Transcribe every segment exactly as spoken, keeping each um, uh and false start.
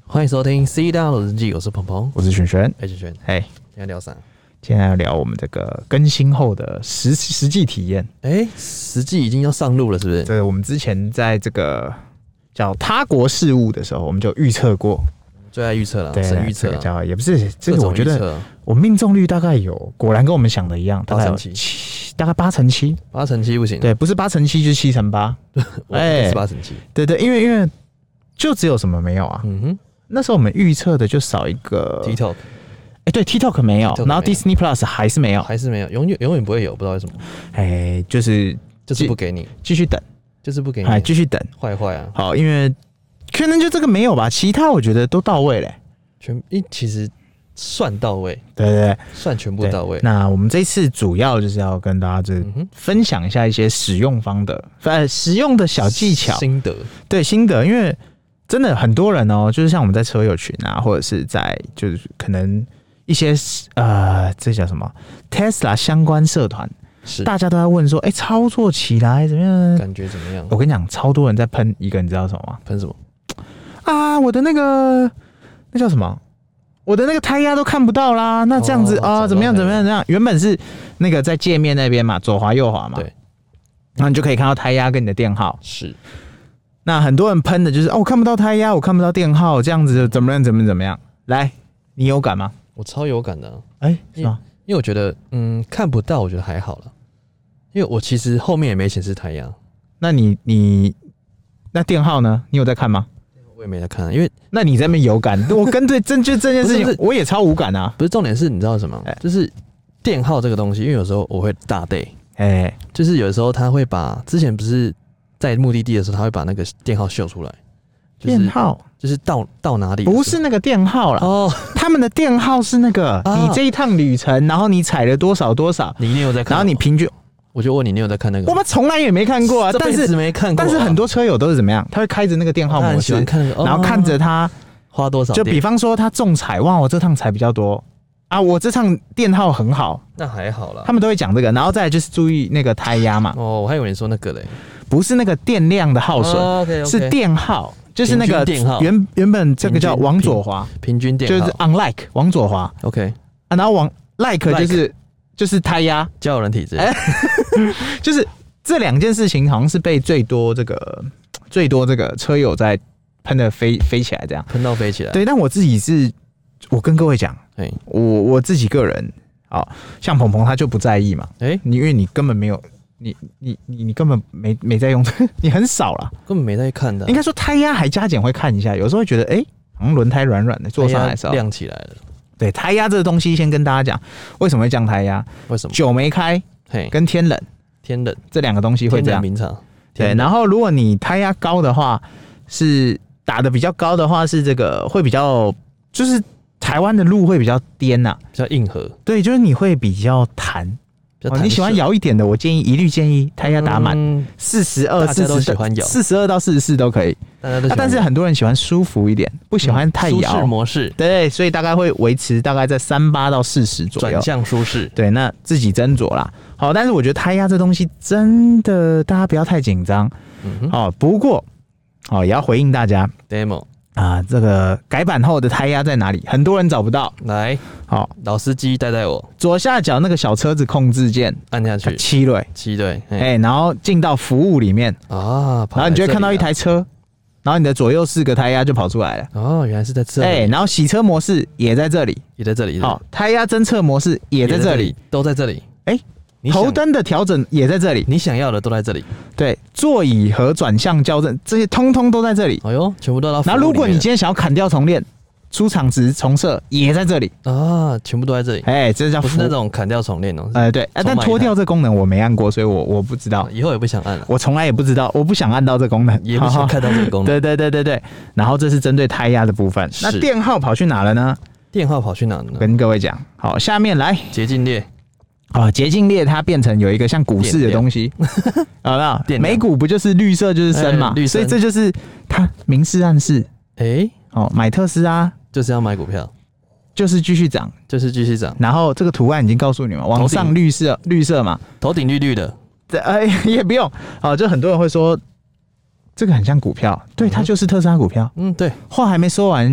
欢迎收听《C 大佬日记》，我是鹏鹏， 我是璇璇。 哎，璇璇， 嘿， 今天聊啥？ 今天要聊我们这个更新后的实实际体验。 哎，实际已经要上路了，是不是？ 这个我们之前在这个叫他国事务的时候，我们就预测过， 最爱预测了， 对， 神预测、啊这个叫也不是这个，我觉得我命中率大概有，果然跟我们想的一样，大概有七，大概八成七， 八成七不行， 对，不是八成七就是七成八， 哎，是八成七， 对对，因为因为就只有什么没有啊？嗯哼。那时候我们预测的就少一个 TikTok， 哎、欸，对 TikTok 没有， TikTok 然后 Disney Plus 还是没有， 还是没有，永远永远不会有，不知道为什么。 哎、欸，就是就是不给你， 继续等， 就是不给你， 哎，继续等， 坏坏啊！ 好，因为可能就这个没有吧，其他我觉得都到位嘞、欸， 全一其实算到位， 对对对， 算全部到位。 那我们这次主要就是要跟大家就是分享一下一些使用方的，呃，使用的小技巧、 心得， 对心得，因为。真的很多人哦，就是像我们在车友群啊，或者是在就是可能一些呃，这叫什么 Tesla 相关社团， 是大家都在问说，哎、欸，操作起来怎么样？ 感觉怎么样？ 我跟你讲，超多人在喷一个，你知道什么吗？ 喷什么？ 啊，我的那个那叫什么？我的那个胎压都看不到啦，那这样子啊、哦哦，怎么样？怎么样？怎么样？原本是那个在界面那边嘛，左滑右滑嘛， 对， 然后你就可以看到胎压跟你的电耗是。 那很多人喷的就是哦，我看不到胎压，我看不到电耗，这样子怎么样？怎么怎么样？来，你有感吗？ 我超有感的、啊， 哎、欸，是吗？ 因为我觉得，嗯，看不到，我觉得还好了，因为我其实后面也没显示胎压。 那你你那电耗呢？你有在看吗？ 我也没在看，因为那你在那边有感，我跟对真就这件事情，我也超无感啊。 不是重点是，你知道什么？欸、就是电耗这个东西，因为有时候我会大 day， 哎、欸，就是有的时候他会把之前不是。在目的地的时候，他会把那个电耗秀出来。就是、 电耗就是到到哪里？ 不是那个电耗啦，哦，他们的电耗是那个、啊、你这一趟旅程，然后你踩了多少多少， 你一定有在看。 然后你平均， 我就问你，你有在看那个？ 我们从来也没看过啊， 这辈子没看过、啊。 但是很多车友都是怎么样？他会开着那个电耗模式， 喜欢看那个哦、 然后看着他花多少。 就比方说他重踩，哇，我这趟踩比较多啊，我这趟电耗很好， 那还好啦。 他们都会讲这个，然后再来就是注意那个胎压嘛。 哦，我还以为你说那个嘞。 不是那个电量的耗损、 哦 okay, okay 是电耗，就是那个电耗。 原原本这个叫往左滑， 平均电耗就是 unlike 往左滑 ，OK 啊，然后往 like 就是 like 就是胎压， 交友软体质， 就是这两件事情好像是被最多这个最多这个车友在喷的飞飞起来这样， 喷到飞起来。 对，但我自己是，我跟各位讲，我我自己个人，好像鹏鹏他就不在意嘛，哎、欸，你因为你根本没有。你你你你根本没没在用，你很少啦， 根本没在看的、啊。 应该说胎压还加减会看一下，有时候会觉得哎、欸，好像轮胎软软的，坐上来的时候亮起来了。 对，胎压这个东西，先跟大家讲，为什么会降胎压？ 为什么？ 酒没开，跟天冷， 天冷这两个东西会这样。 平常。 对，然后如果你胎压高的话，是打的比较高的话，是这个会比较，就是台湾的路会比较颠呐、啊， 比较硬核。 对，就是你会比较弹。哦，你喜欢摇一点的，我建议一律建议胎压打满四十二、四十，四十二到四十四都可以。大家都、啊、但是很多人喜欢舒服一点，不喜欢太摇。 舒适模式， 对，所以大概会维持大概在三八到四十左右， 转向舒适。 对，那自己斟酌啦。好，但是我觉得胎压这东西真的大家不要太紧张。嗯好，不过好也要回应大家 demo。 啊，这个改版后的胎压在哪里？很多人找不到。 来，好，老司机带带我。 左下角那个小车子控制键按下去， 七对， 七对， 哎、欸，然后进到服务里面啊，然后你就会看到一台车，然后你的左右四个胎压就跑出来了。 哦，原来是在这里。哎、 欸，然后洗车模式也在这里， 也在这里。 好，胎压侦测模式也在这里， 都在这里。哎、欸。 头灯的调整也在这里， 你想要的都在这里。对， 座椅和转向校正这些通通都在这里。 哎呦，全部都到。 然后如果你今天想要砍掉重练，出厂值重设也在这里啊，全部都在这里。 哎、欸，这叫不是那种砍掉重练哦。 哎、呃，对，啊，但脱掉这功能我没按过，所以我我不知道， 以后也不想按了。 我从来也不知道，我不想按到这功能， 也不想看到这个功能。 对对对对对。然后这是针对胎压的部分，那电耗跑去哪了呢？ 电耗跑去哪了呢？ 跟各位讲，好，下面来捷径列。 啊，捷径列它变成有一个像股市的东西，好不好？美股不就是绿色就是升嘛、欸，所以这就是它明示暗示。哎、欸，哦，买特斯拉就是要买股票， 就是继续涨， 就是继续涨。 然后这个图案已经告诉你们，往上绿色，绿色嘛， 头顶绿绿的。 这哎、欸、也不用，好，就很多人会说这个很像股票，对，它就是特斯拉股票。 嗯，对。 话还没说完，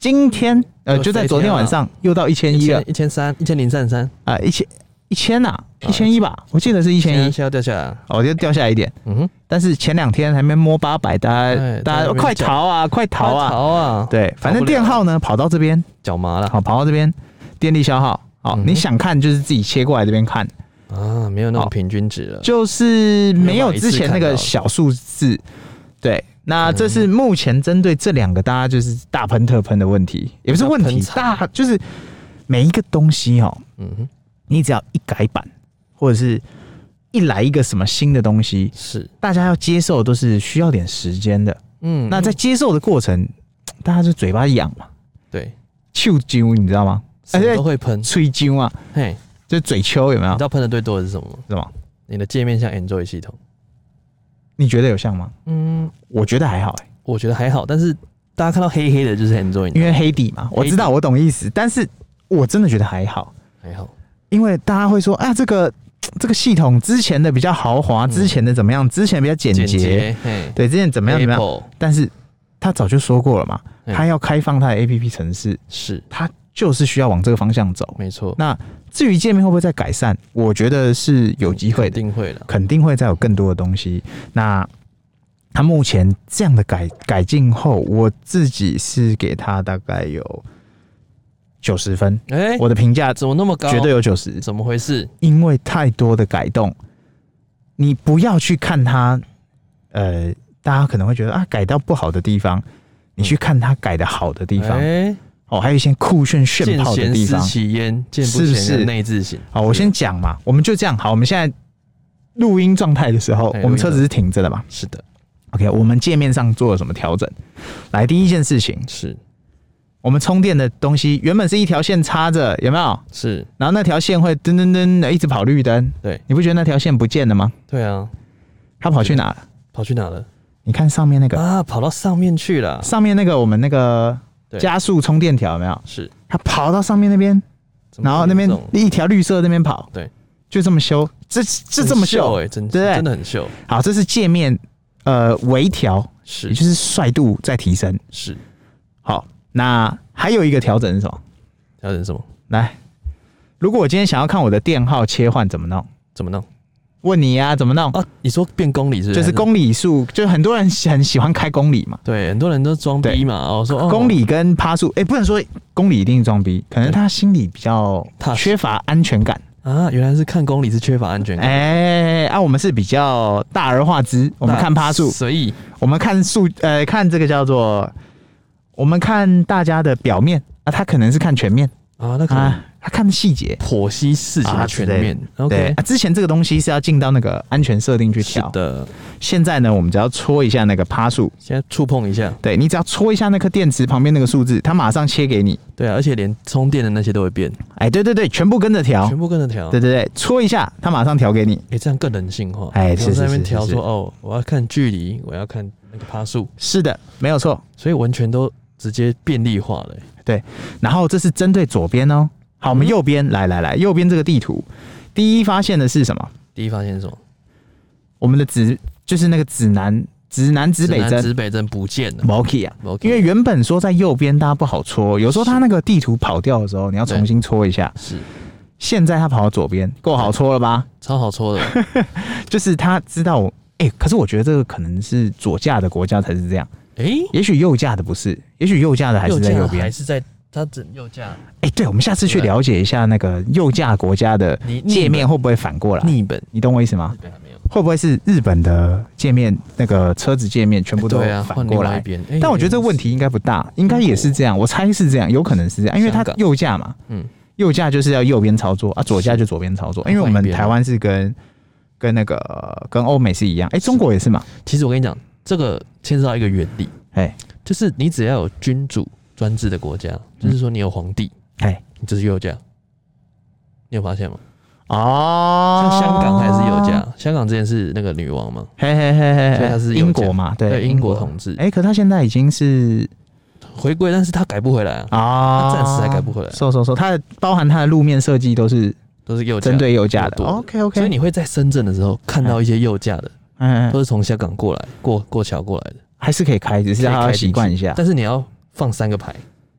今天呃就在昨天晚上又到一千一了， 一千三，一千零三十三啊，一千一千呐，一千一吧，我记得是一千一， 现在要掉下来， 哦，就掉下来一点。嗯哼，但是前两天还没摸八百，大家大家快逃啊，快逃啊， 逃啊！ 对，反正电耗呢跑到这边脚麻了， 好跑到这边，电力消耗，好，你想看就是自己切过来这边看啊，没有那种平均值了， 就是没有之前那个小数字，对。那这是目前针对这两个大家就是大喷特喷的问题，也不是问题，大就是每一个东西哦，嗯哼，你只要一改版或者是一来一个什么新的东西， 是大家要接受都是需要点时间的，嗯，那在接受的过程，大家就嘴巴痒嘛， 对， 秋揪你知道吗？ 什么都会喷， 吹揪啊，嘿，就嘴秋有没有？ 你知道喷的最多的是什么吗？ 是吗？ 你的界面像 Android 系统。 你觉得有像吗？嗯，我觉得还好哎、欸， 我觉得还好，但是大家看到黑黑的就是 Android， 因为黑底嘛，我知道我懂意思，但是我真的觉得还好， 还好， 因为大家会说啊，这个这个系统之前的比较豪华，嗯、之前的怎么样？之前比较简洁，对，之前怎么样怎么样？但是他早就说过了嘛，他要开放他的 A P P 程式， 是， 他就是需要往这个方向走， 没错。 那至于界面会不会再改善，我觉得是有机会的， 肯定会的， 肯定会再有更多的东西。那他目前这样的改改进后，我自己是给他大概有九十分。哎、欸，我的评价怎么那么高？ 绝对有九十。 怎么回事？ 因为太多的改动，你不要去看它。呃，大家可能会觉得啊，改到不好的地方，你去看它改的好的地方。欸哦，还有一些酷炫炫炮的地方， 见贤思齐焉，见不贤内自省。 好，我先讲嘛，我们就这样。好，我们现在录音状态的时候，我们车子是停着的嘛？ 是的。 OK， 我们界面上做了什么调整？来，第一件事情是， 我们充电的东西原本是一条线插着，有没有？ 是。 然后那条线会噔噔噔的一直跑绿灯。 对， 你不觉得那条线不见了吗？ 对啊， 它跑去哪了？ 跑去哪了？ 你看上面那个啊，跑到上面去了。 上面那个我们那个。加速充电条有没有？ 是， 它跑到上面那边，然后那边一条绿色那边跑， 对， 就这么修，这这这么秀哎、欸，真真的很秀。 好，这是界面呃微调， 是， 也就是帅度在提升， 是。 好，那还有一个调整是什么？ 调整什么？ 来，如果我今天想要看我的电耗切换怎么弄？ 怎么弄？ 问你呀、啊，怎么弄？ 啊，你说变公里是不是？ 就是公里数，就很多人很喜欢开公里嘛。 对，很多人都装逼嘛。我说、哦、 公里跟趴数，哎、欸，不能说公里一定装逼，可能他心里比较缺乏安全感啊。原来是看公里是缺乏安全感。 哎、欸，啊，我们是比较大而化之，我们看趴数， 所以我们看数，呃，看这个叫做，我们看大家的表面啊，他可能是看全面啊，那可能。啊他看细节， 剖析事情的全面。 啊、对、啊，之前这个东西是要进到那个安全设定去调的。 现在呢，我们只要戳一下那个趴数， 现在触碰一下， 对你只要戳一下那颗电池旁边那个数字，它马上切给你。 对啊，而且连充电的那些都会变。 哎，对对对，全部跟着调， 全部跟着调。 对对对，戳一下，它马上调给你。 哎，这样更人性化。 哎，是是是是是。 在那边调说哦，我要看距离，我要看那个趴数。 是的，没有错。 所以完全都直接便利化了。 对，然后这是针对左边哦。好，我们右边、嗯、来来来，右边这个地图，第一发现的是什么？ 第一发现是什么？ 我们的指就是那个指南指南指北针， 指北针不见了 ，OK 啊，因为原本说在右边大家不好戳，有时候它那个地图跑掉的时候，你要重新戳一下。 是， 现在它跑到左边，够好戳了吧？ 超好戳的，就是他知道我，哎、欸，可是我觉得这个可能是左驾的国家才是这样，哎、欸，也许右驾的不是，也许右驾的还是在右边， 还是在。它整右驾， 哎、欸，对，我们下次去了解一下那个右驾国家的界面会不会反过来？ 逆本， 你懂我意思吗？ 日本还没有， 会不会是日本的界面那个车子界面全部都反过来？欸欸、但我觉得这个问题应该不大，应该也是这样，我猜是这样，有可能是这样，因为它右驾嘛，嗯，右驾就是要右边操作啊，左驾就左边操作，因为我们台湾是跟跟那个跟欧美是一样，哎、欸，中国也是嘛。 其实我跟你讲，这个牵涉到一个原理，哎、欸，就是你只要有君主专制的国家，就是说你有皇帝，哎、嗯，你就是右驾，你有发现吗？ 哦， 像香港还是右驾，香港之前是那个女王嘛， 嘿嘿嘿嘿， 所以他是英国嘛，对， 对英国统治。 哎、欸，可他现在已经是回归，但是他改不回来啊，啊，他暂时还改不回来。 收收收，它的包含它的路面设计都是都是右驾， 针对右驾的。OK OK， 所以你会在深圳的时候看到一些右驾的，嗯，都是从香港过来，过过桥过来的。 还是可以开，只是要习惯一下。 但是你要放三个牌，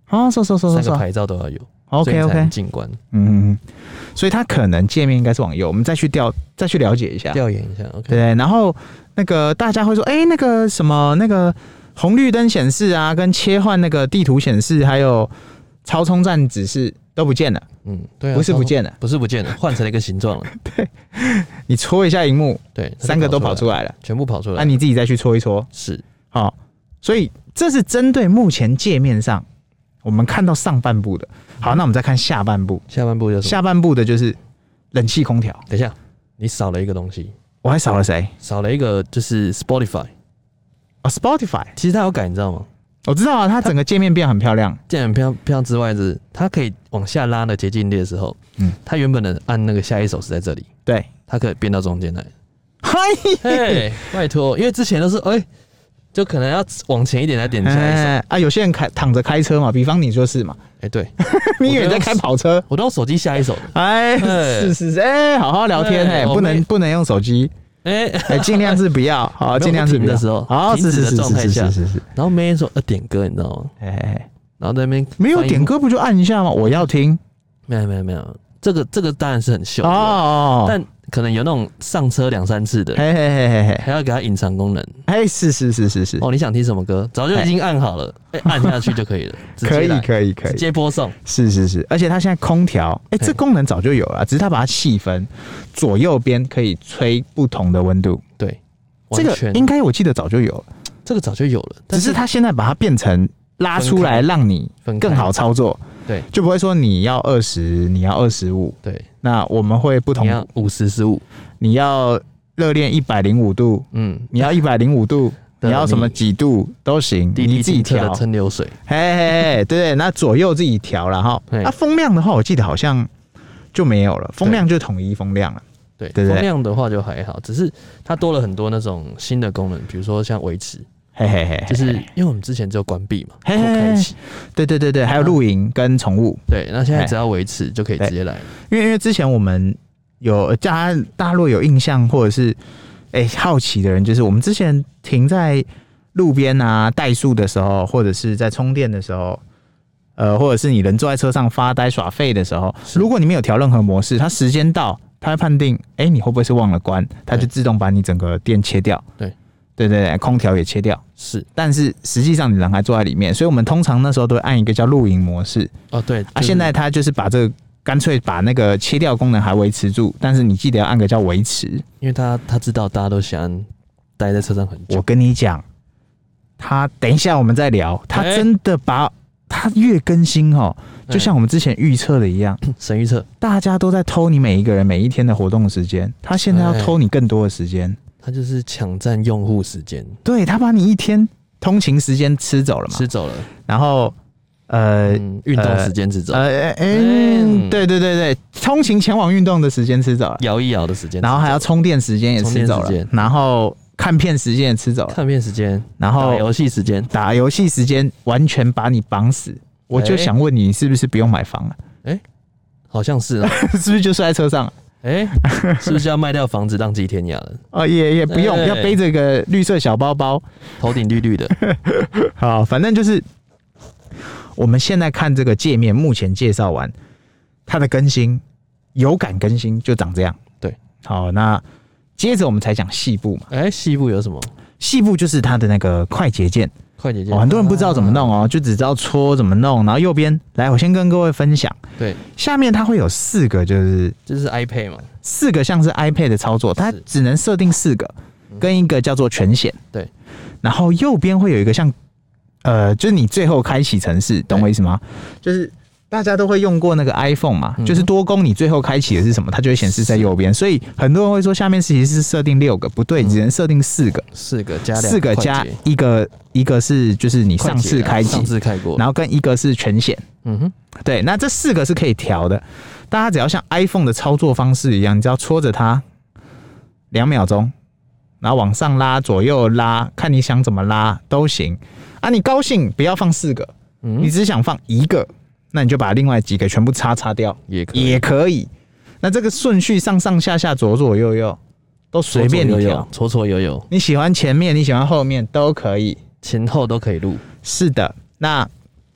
哦，是是是是， 三个牌照都要有。 OK OK， 进关。 嗯，所以它可能界面应该是往右，我们再去调再去了解一下， 调研一下。OK， 对，然后那个大家会说，哎、欸，那个什么那个红绿灯显示啊，跟切换那个地图显示，还有超充站指示都不见了。 嗯，对、啊， 不是不见了， 不是不见了，换成了一个形状了。 对，你戳一下萤幕， 对， 三个都跑出来了， 全部跑出来了。 那、啊、你自己再去戳一戳， 是， 好、哦，所以这是针对目前界面上我们看到上半部的。好，那我们再看下半部。 下半部就是下半部的就是冷气空调。 等一下，你少了一个东西。 我还少了谁？ 少了一个就是 Spotify。 哦 ，Spotify， 其实它有改，你知道吗？ 我知道啊，它整个界面变很漂亮。 界面很漂亮之外，是它可以往下拉的捷径列的时候，嗯，它原本的按那个下一首是在这里， 对， 它可以变到中间来。 嗨， 嘿，拜托，因为之前都是哎。欸就可能要往前一点才点下一首、欸、 啊！有些人开躺着开车嘛，比方你就是嘛。 哎、欸，对， 你以为在开跑车？ 我都用手机下一首的。 哎，是是是，哎、欸，好好聊天哎、欸，不能不能用手机，哎哎，尽量是不要，好，尽量是不要的时候， 好， 停止的状态下， 是是是。 然后没人说要点歌，你知道吗？哎哎，然后在那边没有点歌不就按一下吗？我要听。 没有没有没有，这个这个当然是很秀哦， 但。可能有那种上车两三次的， 嘿嘿嘿嘿嘿， 还要给它隐藏功能。 哎，是是是是是。 哦，你想听什么歌，早就已经按好了，哎、欸，按下去就可以了。 可以可以可以， 直接播送。 是是是，而且它现在空调，哎、欸，这功能早就有了，只是它把它细分，左右边可以吹不同的温度。 对， 这个应该我记得早就有了， 这个早就有了， 只是它现在把它变成拉出来，让你更好操作。 对， 就不会说你要二十，你要二十五。 对， 那我们会不同， 你要五十十五， 你要热恋一百零五度，嗯，你要一百零五度，你要什么几度都行，你自己调。 蒸馏水， 嘿嘿嘿，对，那左右自己调了哈。那风量的话，我记得好像就没有了，风量就统一风量了。 对，对风量的话就还好，只是它多了很多那种新的功能，比如说像维持。 嘿嘿嘿， 就是因为我们之前只有关闭嘛， 嘿嘿开启，对对对对，还有露营跟宠物， 对，那现在只要维持就可以直接来了。 因为因为之前我们有大家大家如果有印象或者是哎、欸、好奇的人，就是我们之前停在路边啊怠速的时候，或者是在充电的时候，呃，或者是你人坐在车上发呆耍废的时候，如果你没有调任何模式，它时间到，它会判定哎、欸、你会不会是忘了关，它就自动把你整个电切掉。对。对对对，空调也切掉，是，但是实际上你人还坐在里面，所以我们通常那时候都会按一个叫露营模式。哦，对，啊，现在它就是把这个干脆把那个切掉功能还维持住，但是你记得要按个叫维持， 因为他他知道大家都喜欢待在车上很久。 我跟你讲，他等一下我们再聊，他真的把他越更新哦，就像我们之前预测的一样， 神预测， 大家都在偷你每一个人每一天的活动时间，他现在要偷你更多的时间。 他就是抢占用户时间， 对他把你一天通勤时间吃走了嘛， 吃走了， 然后呃运、嗯、动时间吃走了，呃哎、欸嗯，对对对对，通勤前往运动的时间吃走了， 摇一摇的时间， 然后还要充电时间也吃走了，然后看片时间也吃走了， 看片时间， 然后打游戏时间， 打游戏时间完全把你绑死。我就想问你，是不是不用买房了？ 哎、欸，好像是啊， 是不是就睡在车上？ 哎、欸，是不是要卖掉房子浪迹天涯了？ 哦，也也不用，欸、要背着个绿色小包包， 头顶绿绿的。 好，反正就是我们现在看这个界面，目前介绍完它的更新，有感更新就长这样。对，好，那接着我们才讲细部嘛。 哎、欸，细部有什么？ 细部就是它的那个快捷键。 快捷键、 哦，很多人不知道怎么弄哦，啊、就只知道戳怎么弄。然后右边，来，我先跟各位分享。对，下面它会有四个，就是这是 iPad 嘛， 四个像是 iPad 的操作，它只能设定四个，跟一个叫做全显。对，然后右边会有一个像，呃，就是你最后开启程式，懂我意思吗？就是大家都会用过那个 iPhone 嘛，嗯、就是多工你最后开启的是什么，它就会显示在右边。所以很多人会说下面其实是设定六个，不对，只能设定四个， 四个加两四个加一个。一个是就是你上次开启， 上次开过， 然后跟一个是全显，嗯哼，对，那这四个是可以调的。大家只要像 iPhone 的操作方式一样，你只要戳着它两秒钟，然后往上拉、左右拉，看你想怎么拉都行。啊，你高兴不要放四个，嗯、你只想放一个，那你就把另外几个全部叉叉掉，也可以。也可以。那这个顺序上上下下、左左右右都随便你调， 左左右右， 你喜欢前面，你喜欢后面都可以。 前后都可以录， 是的。那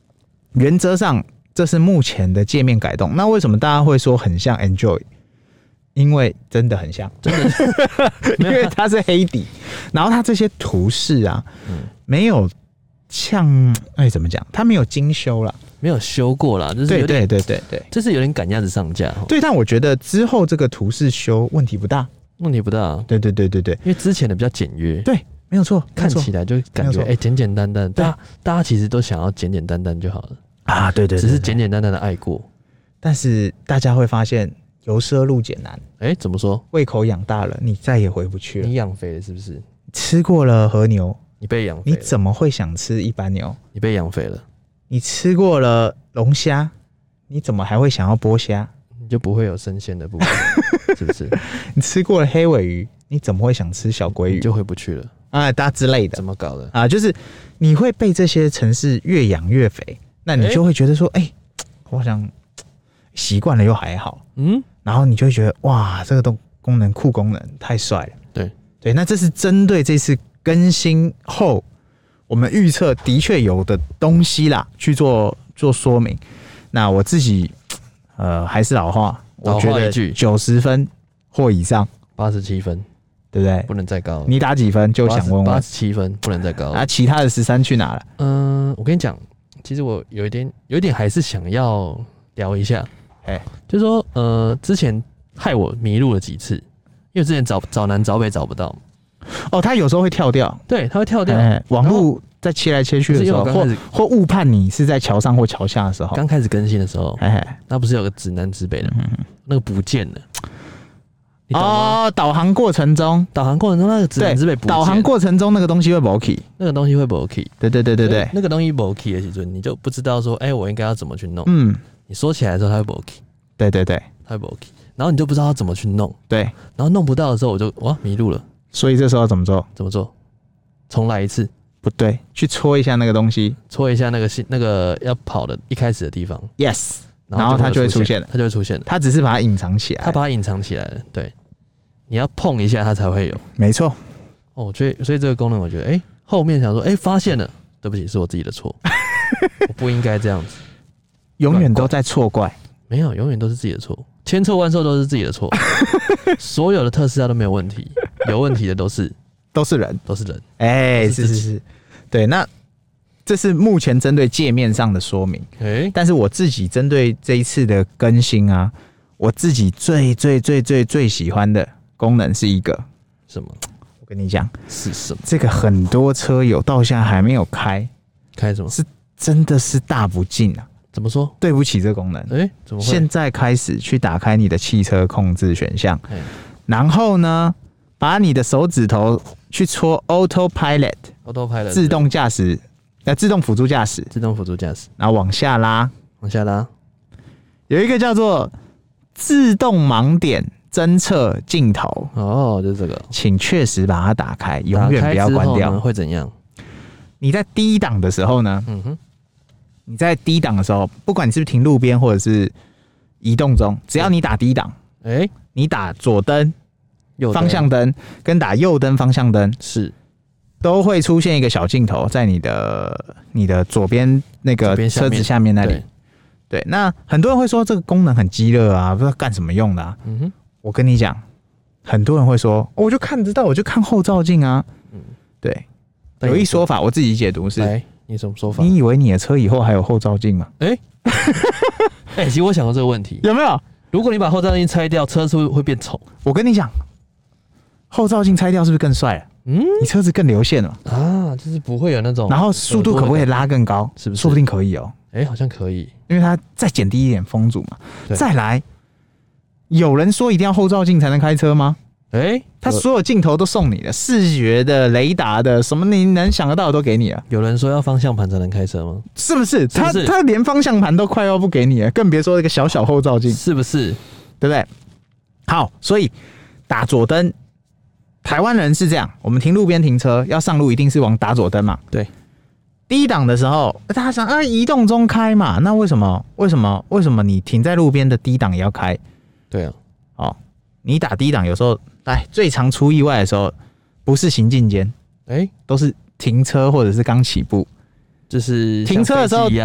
原则上这是目前的界面改动。那为什么大家会说很像 Enjoy？ 因为真的很像，真的，因为它是黑底，然后它这些图示啊，嗯、没有像哎怎么讲，它没有精修啦， 没有修过啦，就是对对对对对， 就是有点赶鸭子上架。 对，但我觉得之后这个图示修问题不大， 问题不大。 对对对对对， 因为之前的比较简约， 对，没有错， 看起来就感觉哎简简单单，大家大家其实都想要简简单单就好了啊，对 对, 对, 对， 只是简简单单的爱过， 但是大家会发现。由奢入俭难， 哎、欸，怎么说？ 胃口养大了，你再也回不去了。 你养肥了是不是？ 吃过了和牛， 你被养肥了， 你怎么会想吃一般牛？ 你被养肥了。 你吃过了龙虾，你怎么还会想要剥虾？ 你就不会有生鲜的部分，是不是？ 你吃过了黑尾鱼，你怎么会想吃小鲑鱼？ 你就回不去了啊，大家之类的。 怎么搞的啊？就是你会被这些城市越养越肥，那你就会觉得说，哎、欸，我好像习惯了又还好，嗯。然后你就会觉得哇，这个都功能酷功能太帅了。 对对，那这是针对这次更新后我们预测的确有的东西啦，去做做说明。那我自己呃还是老话，我觉得九十分或以上， 八十七分， 对不对？ 不能再高了。 你打几分就想问问？ 八十七分不能再高了。 啊，其他的十三去哪了？ 嗯、呃，我跟你讲，其实我有一点有一点还是想要聊一下。哎、欸，就是说，呃，之前害我迷路了几次，因为之前找找南找北找不到。 哦，他有时候会跳掉， 对，他会跳掉。 欸、网路在切来切去的时候，或或误判你是在桥上或桥下的时候。 刚开始更新的时候， 欸、 那不是有个指南指北的，嗯、那个不见了。 你懂吗？哦，导航过程中， 导航过程中那个指南指北不见， 导航过程中那个东西会不 OK， 那个东西会不 OK。对对对对对， 那个东西不 OK 的时候，你就不知道说，哎、欸，我应该要怎么去弄。 嗯。 你说起来的时候，它会不 OK， 对对对， 它会不 OK， 然后你就不知道要怎么去弄， 对， 然后弄不到的时候，我就哇迷路了。 所以这时候怎么做？ 怎么做？重来一次？ 不对，去戳一下那个东西， 戳一下那个那个要跑的一开始的地方 ，yes， 然后它就会出现了， 它就会出现了， 它只是把它隐藏起来， 它把它隐藏起来了，对，你要碰一下它才会有， 没错。 哦，我觉得所以这个功能，我觉得哎、欸，后面想说，哎、欸，发现了，对不起，是我自己的错，我不应该这样子， 永远都在错怪。 没有，永远都是自己的错，千错万错都是自己的错。所有的特斯拉都没有问题，有问题的都是都是人， 都是人。 哎、欸，是是是，对。那这是目前针对界面上的说明。欸、但是我自己针对这一次的更新啊，我自己最最最最最喜欢的功能是一个什么？ 我跟你讲是什么？ 这个很多车友到现在还没有开， 开什么？ 是真的是大不敬啊！ 怎么说？ 对不起，这功能。 哎、欸，怎么会？ 现在开始去打开你的汽车控制选项，然后呢，把你的手指头去戳 Autopilot，Autopilot 自动驾驶，呃，自动辅助驾驶， 自动辅助驾驶， 然后往下拉， 往下拉， 有一个叫做自动盲点侦测镜头。 哦，就是这个， 请确实把它打开，永远不要关掉。 会怎样？ 你在低档的时候呢？嗯哼。你在低档的时候，不管你是不是停路边或者是移动中，只要你打低档，哎、欸，你打左灯、方向灯跟打右灯方向灯是都会出现一个小镜头在你的你的左边那个车子下面那里。对，对，那很多人会说这个功能很鸡肋啊，不知道干什么用的啊。嗯哼，我跟你讲，很多人会说，哦、我就看得到，我就看后照镜啊。嗯，对，有一说法，我自己解读是。 你什么说法？ 你以为你的车以后还有后照镜吗？ 哎、欸，哎、欸，其实我想过这个问题， 有没有？ 如果你把后照镜拆掉，车是不是会变丑？ 我跟你讲，后照镜拆掉是不是更帅了？嗯，你车子更流线了啊，就是不会有那种。 然后速度可不可以拉更高？是不是？说不定可以哦、喔。 哎、欸，好像可以， 因为它再减低一点风阻嘛。再来，有人说一定要后照镜才能开车吗？哎、欸，他所有镜头都送你了，视觉的、雷达的，什么你能想得到的都给你了。 有人说要方向盘才能开车吗？ 是不是？他他连方向盘都快要不给你了，更别说一个小小后照镜， 是不是？ 对不对？好，所以打左灯，台湾人是这样，我们停路边停车要上路一定是往打左灯嘛。 对， 低档的时候，大家想啊，移动中开嘛，那为什么？为什么？为什么你停在路边的低档也要开？ 对啊， 哦，你打低档有时候。哎，最常出意外的时候，不是行进间，哎、欸，都是停车或者是刚起步， 就是停车的时候一样，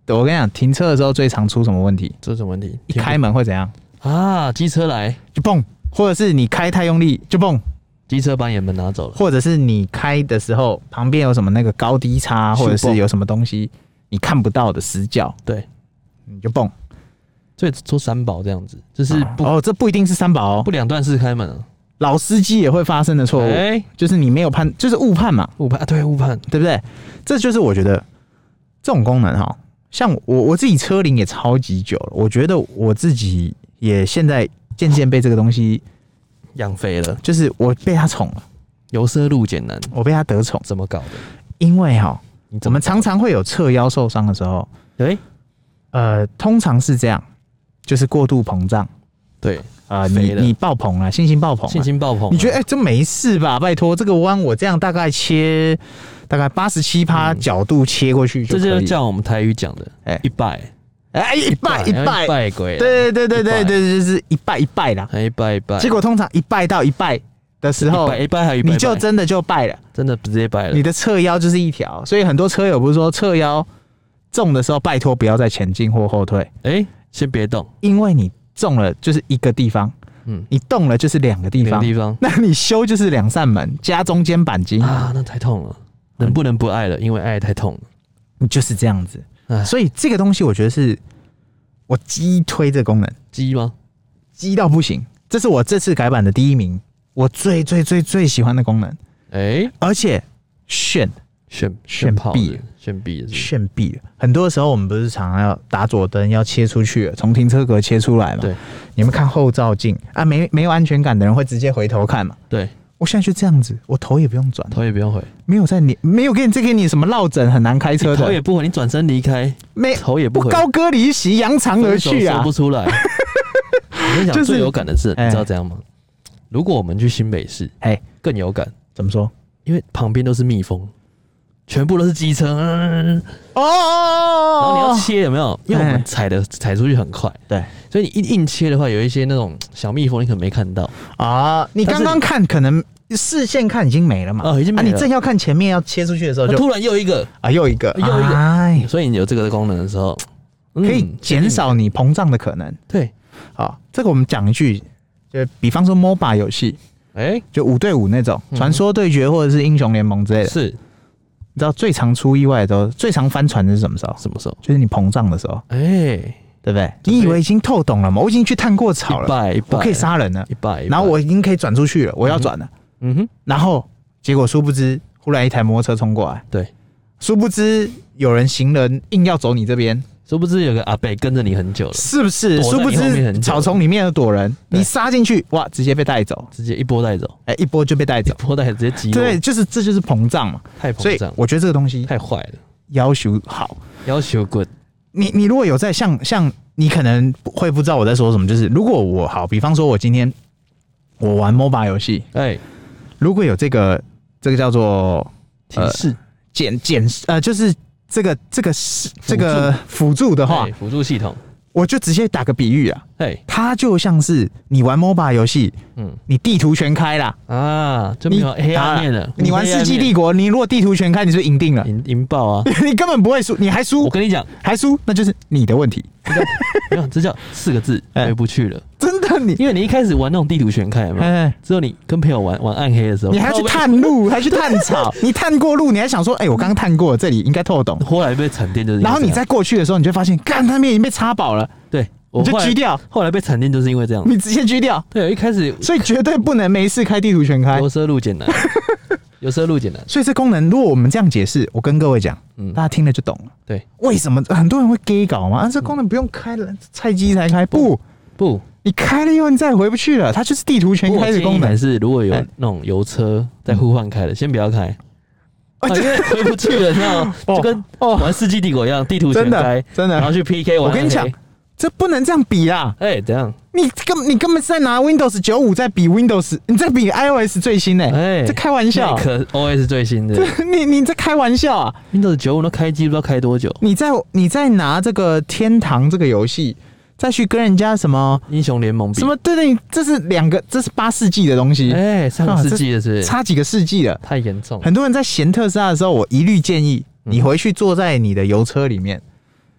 我跟你讲，停车的时候最常出什么问题？ 出什么问题？ 一开门会怎样啊？机车来就蹦，或者是你开太用力就蹦， 机车把你的门拿走了， 或者是你开的时候旁边有什么那个高低差，或者是有什么东西你看不到的死角， 对， 你就蹦。 所以做三宝这样子，就是不哦，这不一定是三宝哦， 不两段式开门啊。 老司机也会发生的错误，欸、就是你没有判，就是误判嘛， 误判啊，对，误判， 对不对？这就是我觉得这种功能哈，像我我自己车龄也超级久了，我觉得我自己也现在渐渐被这个东西养肥了， 就是我被他宠了， 由奢入俭难， 我被他得宠， 怎么搞的？ 因为哈，我们常常会有侧腰受伤的时候， 对， 呃，通常是这样，就是过度膨胀， 对。 啊、呃，你你爆棚了，信心爆棚， 信心爆棚， 你觉得哎、欸，这没事吧？拜托，这个弯我这样大概切大概八十七趴角度切过去就可以， 这就叫我们台语讲的，哎、欸，一拜， 哎，一拜一拜， 一拜鬼， 对对对对对，就是一拜一拜啦， 一拜一拜。 结果通常一拜到一拜的时候， 一拜还有一拜， 你就真的就拜了， 真的直接拜了。 你的侧腰就是一条，所以很多车友不是说侧腰重的时候，拜托不要再前进或后退， 哎、欸，先别动， 因为你重了就是一个地方。嗯，你动了就是两个地方， 地方， 那你修就是两扇门加中间钣金啊，那太痛了，能不能不爱了？因为爱太痛了， 你就是这样子。所以这个东西我觉得是我激推这个功能， 激吗？ 激到不行，这是我这次改版的第一名，我最最最最喜欢的功能。哎、欸，而且炫炫炫毙了， 炫毙了， 炫毙了。很多时候我们不是常常要打左灯，要切出去了，从停车格切出来嘛？ 对。 你们看后照镜啊，没没有安全感的人会直接回头看嘛？ 对。 我现在就这样子，我头也不用转， 头也不用回， 没有在你没有给你再给你什么落枕很难开车的， 头也不回，你转身离开， 没头也不回， 高歌离席，扬长而去啊， 说不出来。我跟你讲，就是、最有感的是，你知道怎样吗？如果我们去新北市，哎，更有感。 怎么说？ 因为旁边都是蜜蜂。全部都是机车，嗯、 哦， 然后你要切有没有？因为我们踩的踩出去很快， 对， 所以你一硬切的话，有一些那种小蜜蜂你可能没看到啊。你刚刚看可能视线看已经没了嘛， 哦，已经没了。 啊、你正要看前面要切出去的时候就， 就突然又一个啊，又一个， 又一个，哎，所以你有这个功能的时候， 嗯、可以减少你膨胀的可能。 对， 好，这个我们讲一句，就比方说 M O B A 游戏，哎、欸，就五对五那种传说对决或者是英雄联盟之类的， 是。 你知道最常出意外的时候，最常翻船的是什么时候？ 什么时候？ 就是你膨胀的时候。哎、 欸， 对不对？你以为已经透懂了吗？我已经去探过草了， 一百一百我可以杀人了， 一百， 然后我已经可以转出去了，我要转了。嗯哼，然后结果殊不知，忽然一台摩托车冲过来， 对， 殊不知有人行人硬要走你这边。 殊不知有个阿伯跟着你很久了， 是不是？殊不知草丛里面有躲人，你杀进去，哇，直接被带走， 直接一波带走， 哎、欸，一波就被带走， 一波带走直接击落。 对，就是这就是膨胀嘛， 太膨胀。 所以我觉得这个东西太坏了， 要求好， 要求 good。 你你如果有在像像你可能会不知道我在说什么，就是如果我好，比方说我今天我玩 M O B A 游戏，哎、欸，如果有这个这个叫做提示检检呃就是。这个这个是这个辅助的话， 辅助系统， 我就直接打个比喻啊， 嘿， 它就像是你玩 M O B A 游戏，嗯，你地图全开啦， 啊，就没有黑暗面了。 你玩《世纪帝国》，你如果地图全开，你是不是赢定了？ 赢赢爆啊！ 你根本不会输，你还输。 我跟你讲， 还输，那就是你的问题。 没有，这叫四个字，回不去了。 真的，你因为你一开始玩那种地图全开嘛，之后你跟朋友玩玩暗黑的时候， 你还要去探路，还去探草，你探过路，你还想说，哎、欸，我刚刚探过，这里应该透懂。 后来被闪电就是， 然后你再过去的时候，你就发现，干，那边已经被插饱了。 对。 你就狙掉， 后来被闪电就是因为这样， 你直接狙掉。 对，一开始， 所以绝对不能没事开地图全开， 由奢入俭难，由奢入俭难。 所以这功能，如果我们这样解释，我跟各位讲，嗯，大家听了就懂了。 对， 为什么很多人会 gay 搞嘛？啊，这功能不用开了，菜鸡才开，不不， 你开了以后你再也回不去了，它就是地图全开的功能。 是如果有那种油车在互换开的，先不要开。啊、因为回不去了，你知道吗？就跟玩《世纪帝国》一样，地图全开， 真的， 然后去 P K 玩。 我跟你讲，这不能这样比啦！ 哎、欸，怎样？ 你根你根本是在拿 Windows 九五在比 Windows， 你在比 iOS 最新哎、欸！哎、欸，在开玩笑。 可 O S 最新的， 你你在开玩笑啊 ？Windows 九五都开机不知道开多久。 你在你在拿这个天堂这个游戏，再去跟人家什么英雄联盟比什么？对对，这是两个，这是八世纪的东西。 哎、欸，上个世纪的是不是？ 差几个世纪了， 太严重。 很多人在嫌特斯拉的时候，我一律建议你回去坐在你的油车里面。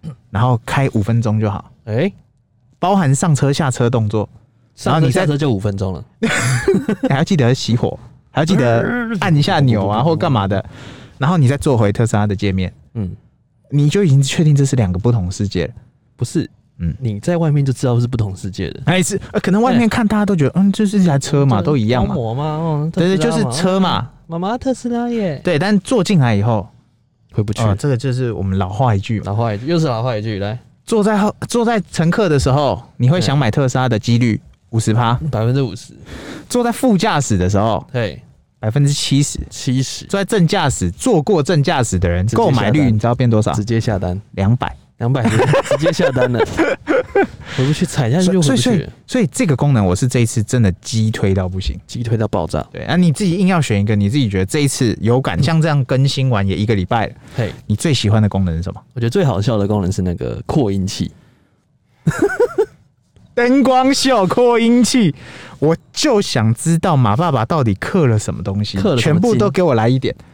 然后开五分钟就好。 哎、欸， 包含上车下车动作， 然后你下车就五分钟了， 还要记得熄火，还要记得按一下钮啊或干嘛的，然后你再坐回特斯拉的界面，嗯，你就已经确定这是两个不同世界了。 不是，嗯，你在外面就知道是不同世界的， 还是、呃、可能外面看大家都觉得，嗯，就是一台车嘛，都一样嘛， 嘛，哦， 对对，就是车嘛， 妈妈特斯拉耶， 对，但坐进来以后回不去、 哦，这个就是我们老话一句， 老话一句，又是老话一句，来， 坐在后坐在乘客的时候，你会想买特斯拉的几率五十趴， 百分之五十； 坐在副驾驶的时候， 对， 百分之七十， 七十； 坐在正驾驶，坐过正驾驶的人，购买率你知道变多少？ 直接下单， 两百。 两百直接下单了，回不去，踩下去就回不去了。 所以，所以这个功能我是这一次真的激推到不行， 激推到爆炸。 对，啊，你自己硬要选一个，你自己觉得这一次有感，嗯、像这样更新完也一个礼拜了，嘿，你最喜欢的功能是什么？ 我觉得最好笑的功能是那个扩音器， 灯光秀扩音器，我就想知道马爸爸到底刻了什么东西， 刻了全部都给我来一点。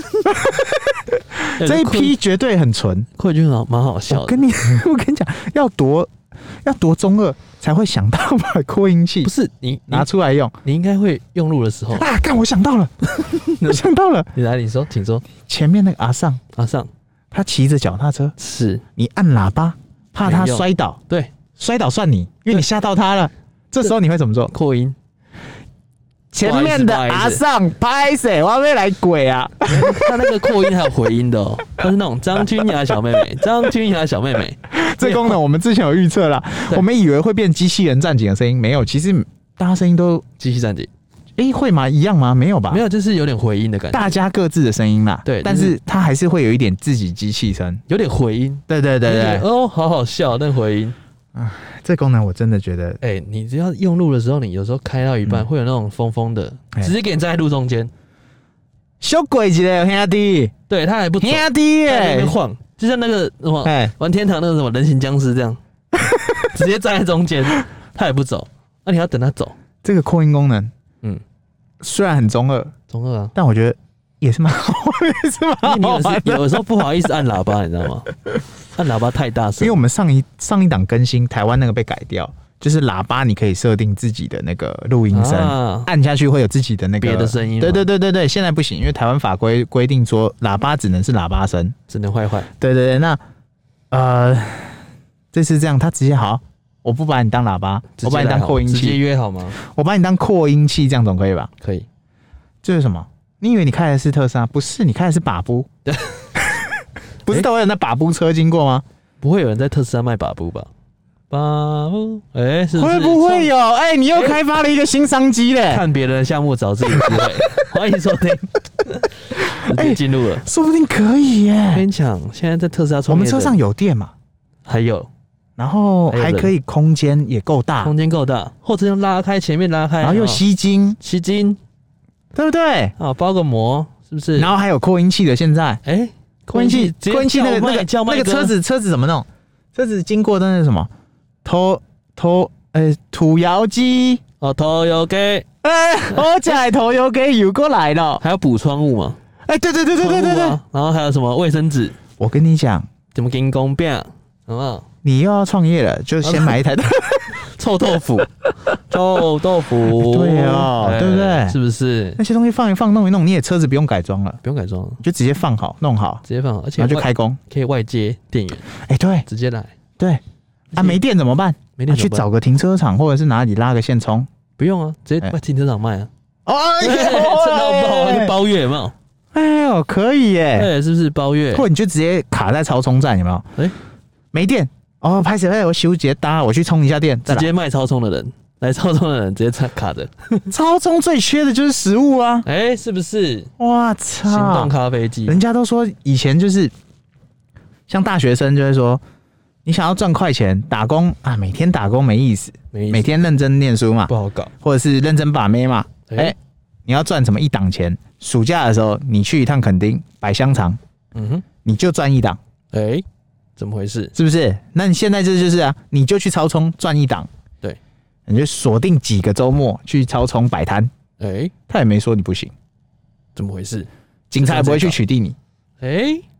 这一批绝对很纯， 扩音器蛮好笑的。 我跟你，我跟你讲，要多要多中二才会想到把扩音器， 不是你拿出来用， 你应该会用路的时候啊！干，我想到了，我想到了， 你来，你说，请说。 前面那个阿尚， 阿尚， 他骑着脚踏车， 是你按喇叭，怕他摔倒， 对， 摔倒算你，因为你吓到他了。这时候你会怎么做？ 扩音。 前面的阿尚拍谁？我要被来鬼啊！ 他那个扩音还有回音的哦，他是那种张君雅小妹妹，张君雅小妹妹。 这功能我们之前有预测啦，我们以为会变机器人战警的声音，没有，其实大家声音都机器战警。 哎、欸，会吗？一样吗？没有吧？ 没有，就是有点回音的感觉。 大家各自的声音啦，对，但是它还是会有一点自己机器声， 有点回音。 对对对对， 哦，好好笑，那回音。 啊，这功能我真的觉得， 哎、欸，你只要用路的时候，你有时候开到一半、嗯、会有那种疯疯的，直接给你站在路中间， 小鬼子的兄弟， 对他还不走， 兄弟在那边晃，就像那个什么玩天堂那个什么人形僵尸这样，直接站在中间，他也不走，那、啊、你要等他走。 这个扩音功能，嗯，虽然很中二， 中二啊， 但我觉得也是蛮好，也是蛮好玩的。 有有时候不好意思按喇叭，你知道吗？按喇叭太大声， 因为我们上一上一档更新，台湾那个被改掉，就是喇叭你可以设定自己的那个录音声、啊，按下去会有自己的那个别的声音。 对对对对对，现在不行，因为台湾法规规定说喇叭只能是喇叭声， 只能坏坏。 对对对，那呃，这次这样，他直接好，我不把你当喇叭，我把你当扩音器， 直接约好吗？ 我把你当扩音器，这样总可以吧？ 可以。 这是什么？你以为你开的是特斯拉？不是，你开的是把布。不是都有人在把布车经过吗？ 不会有人在特斯拉卖把布吧？把布，哎、欸，是不是会不会有？哎、欸，你又开发了一个新商机嘞！ 看别人的项目找自己机会，欢迎收听。直接进入了、欸， 说不定可以耶！ 我跟你讲，现在在特斯拉， 我们车上有电嘛， 还有， 然后还可以空间也够大， 空间够大，后车厢拉开，前面拉开， 然后又吸睛， 吸睛， 对不对？ 啊，包个膜，是不是？ 然后还有扩音器的，现在， 哎、欸。 扩音器，扩音器那个那个那个车子车子怎么弄？车子经过的那是什么？拖拖呃土窑机哦，拖油机， 哎、欸，我家拖油机游过来了。 还要补窗户吗？ 哎、欸，对对对对对对对。 然后还有什么卫生纸？ 我跟你讲， 怎么跟工变？好不好？ 你又要创业了，就先买一台臭豆腐，臭豆腐， 对哦，欸、对不对？ 是不是那些东西放一放，弄一弄，你也车子不用改装了， 不用改装， 就直接放好，弄好， 直接放好，而且然后就开工， 可以外接电源。 哎、欸，对， 直接来。 对，啊，没电怎么办？ 没电去找个停车场或者是哪里拉个线充？ 不用啊，直接在停车场卖啊。 哦， 趁到爆还是包月有没有？ 哎呦，可以耶！ 对，是不是包月？ 或者你就直接卡在超充站有没有？哎、欸，没电。哦，拍谁？我修直接搭，我去充一下电， 直接卖超充的人，来超充的人直接卡着。 超充最缺的就是食物啊！ 哎、欸，是不是？ 哇操！ 行动咖啡机， 人家都说以前就是像大学生就会说，你想要赚快钱，打工啊，每天打工没意思，没意思每天认真念书嘛， 不好搞， 或者是认真把妹嘛。哎、欸欸，你要赚什么一档钱？暑假的时候你去一趟垦丁摆香肠，嗯哼，你就赚一档。 哎、欸。怎么回事？ 是不是？那你现在这就是啊，你就去超充赚一档， 对， 你就锁定几个周末去超充摆摊，哎、欸，他也没说你不行， 怎么回事？ 警察也不会去取缔你， 哎、欸，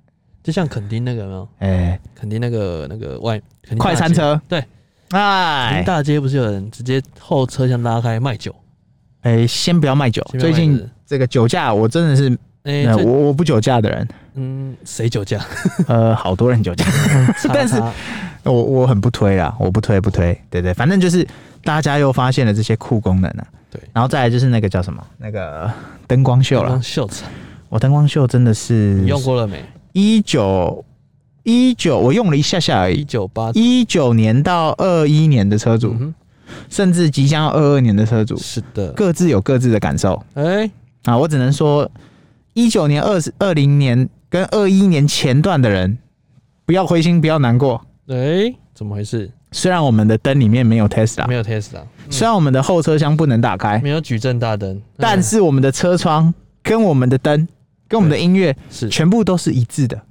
就像垦丁那个有没有？哎、欸，垦丁那个那个外快餐车， 对，哎，大街不是有人直接后车厢拉开卖酒？ 哎、欸，先不要卖酒，最近这个酒驾，我真的是，哎、欸，我我不酒驾的人， 嗯，谁酒驾？ 呃，好多人酒驾，但是我我很不推啦，我不推不推，对对，反正就是大家又发现了这些酷功能啊， 对， 然后再来就是那个叫什么，那个灯光秀了， 灯光秀场， 我灯光秀真的是， 你用过了没？ 一九一九，我用了一下下而已， 一九八一九年到二一年的车主。嗯，甚至即将二二年的车主， 是的， 各自有各自的感受。哎、欸，啊，我只能说，一九年、二二零年跟二一年前段的人，不要灰心，不要难过。 哎、欸，怎么回事？ 虽然我们的灯里面没有 Tesla， 没有 Tesla，、嗯、 虽然我们的后车厢不能打开， 没有矩阵大灯， 但是我们的车窗跟我们的灯跟我们的音乐是全部都是一致的。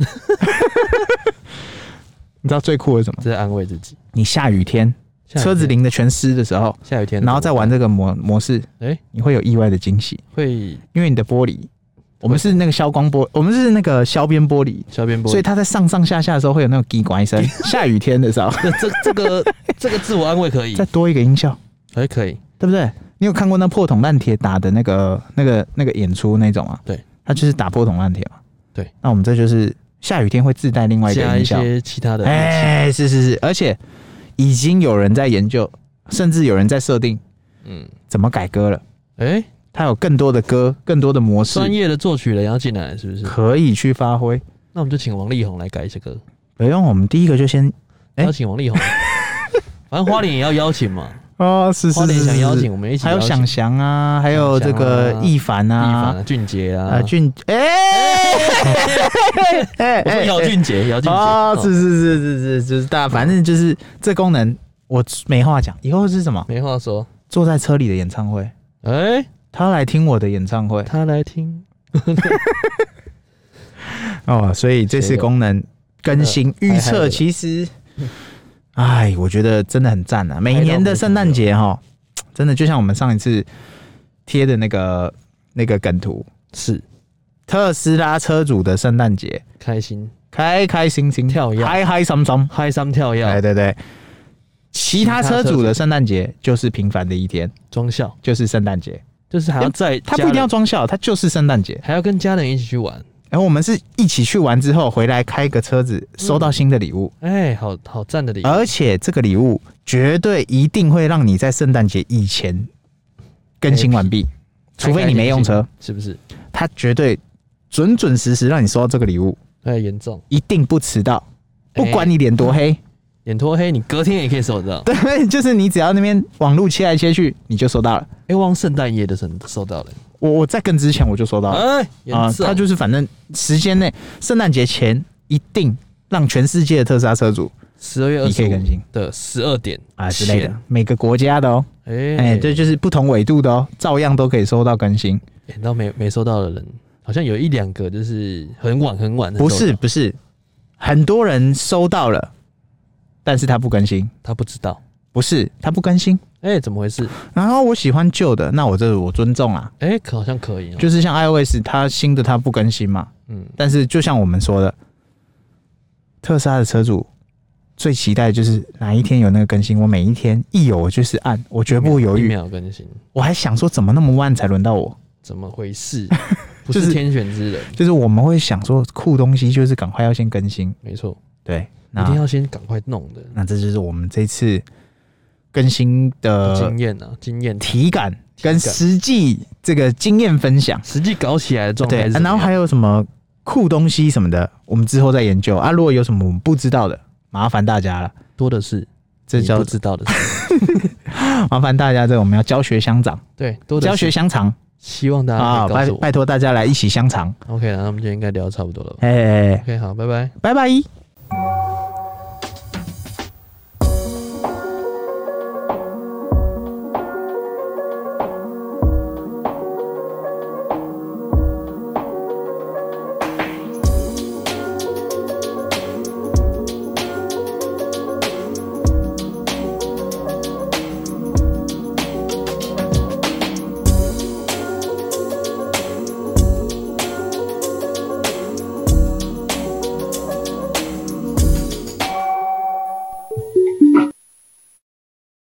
你知道最酷的是什么？ 这是安慰自己。 你下雨天。车子淋得全湿的时候， 下雨天， 然后再玩这个模模式，哎、欸，你会有意外的惊喜， 会， 因为你的玻璃，我们是那个消光玻，我们是那个消边玻璃， 消边玻璃， 所以它在上上下下的时候会有那种滴管声。下雨天的时候， 这这个这个自我安慰可以， 再多一个音效， 哎，可以， 对不对？你有看过那破铜烂铁打的那个那个那个演出那种啊？ 对， 它就是打破铜烂铁嘛。 对， 那我们这就是下雨天会自带另外一个音效， 加一些其他的， 哎、欸，是是是，而且。已经有人在研究，甚至有人在设定，嗯，怎么改歌了？哎、欸，它有更多的歌，更多的模式， 专业的作曲人要进来，是不是？ 可以去发挥。 那我们就请王力宏来改一些歌。 不用，我们第一个就先、 欸、邀请王力宏，反正花莲也要邀请嘛。 哦，是是是，花莲想邀请我们一起， 还有想翔啊，还有这个易凡啊， 易凡、啊、俊杰啊， 啊俊，哎哎哎，姚俊杰，姚俊杰， 哦，是是是是是，就是大，反正就是这功能，我没话讲，以后是什么？ 没话说， 坐在车里的演唱会，哎、欸，他来听我的演唱会， 他来听， 哦，所以这次功能更新预测，其实。哎，我觉得真的很赞啊！每年的圣诞节哈，真的就像我们上一次贴的那个那个梗图， 是特斯拉车主的圣诞节， 开心， 开开心心， 跳跃， 嗨嗨松松， 嗨松跳跃， 对对对。其他车主的圣诞节就是平凡的一天， 装孝就是圣诞节， 就是还要在他不一定要装孝，他就是圣诞节， 还要跟家人一起去玩。 然后我们是一起去玩之后回来开个车子，收到新的礼物， 哎、嗯欸，好好赞的礼物！ 而且这个礼物绝对一定会让你在圣诞节以前更新完毕，除非你没用车， 是不是？ 它绝对准准时时让你收到这个礼物， 太严重， 一定不迟到，不管你脸多黑，欸、 脸多黑，你隔天也可以收得到。 对，就是你只要那边网路切来切去，你就收到了。 哎、欸，忘圣诞夜的时候收到了。 我我在更之前我就收到了，哎、欸，啊，他就是反正时间内，圣诞节前一定让全世界的特斯拉车主十二月二十五的十二点啊之类的，每个国家的哦，哎、欸，哎、欸，这就是不同纬度的哦，照样都可以收到更新。 哎、欸，到没没收到的人，好像有一两个就是很晚很晚的， 不是不是，很多人收到了，但是他不更新， 他不知道。 不是，他不更新， 哎、欸，怎么回事？ 然后我喜欢旧的，那我这我尊重啊， 哎、欸，可好像可以、喔， 就是像 iOS， 它新的它不更新嘛，嗯，但是就像我们说的，特斯拉的车主最期待的就是哪一天有那个更新，我每一天一有我就是按，我绝不犹豫， 一秒更新， 我还想说怎么那么晚才轮到我， 怎么回事？不是天选之人， 就是我们会想说酷东西就是赶快要先更新， 没错， 对， 一定要先赶快弄的， 那这就是我们这次。更新的经验啊，经验体感跟实际这个经验分享， 实际搞起来的状态是怎么样， 对，然后还有什么酷东西什么的，我们之后再研究啊。如果有什么我们不知道的，麻烦大家了， 多的是， 这叫不知道的事， 麻烦大家，这我们要教学相长， 对，多的教学相长， 希望大家可以告诉我， 拜拜托大家来一起相长。 OK 了，那我们今天应该聊差不多了， 哎 ，OK 好，拜拜， 拜拜。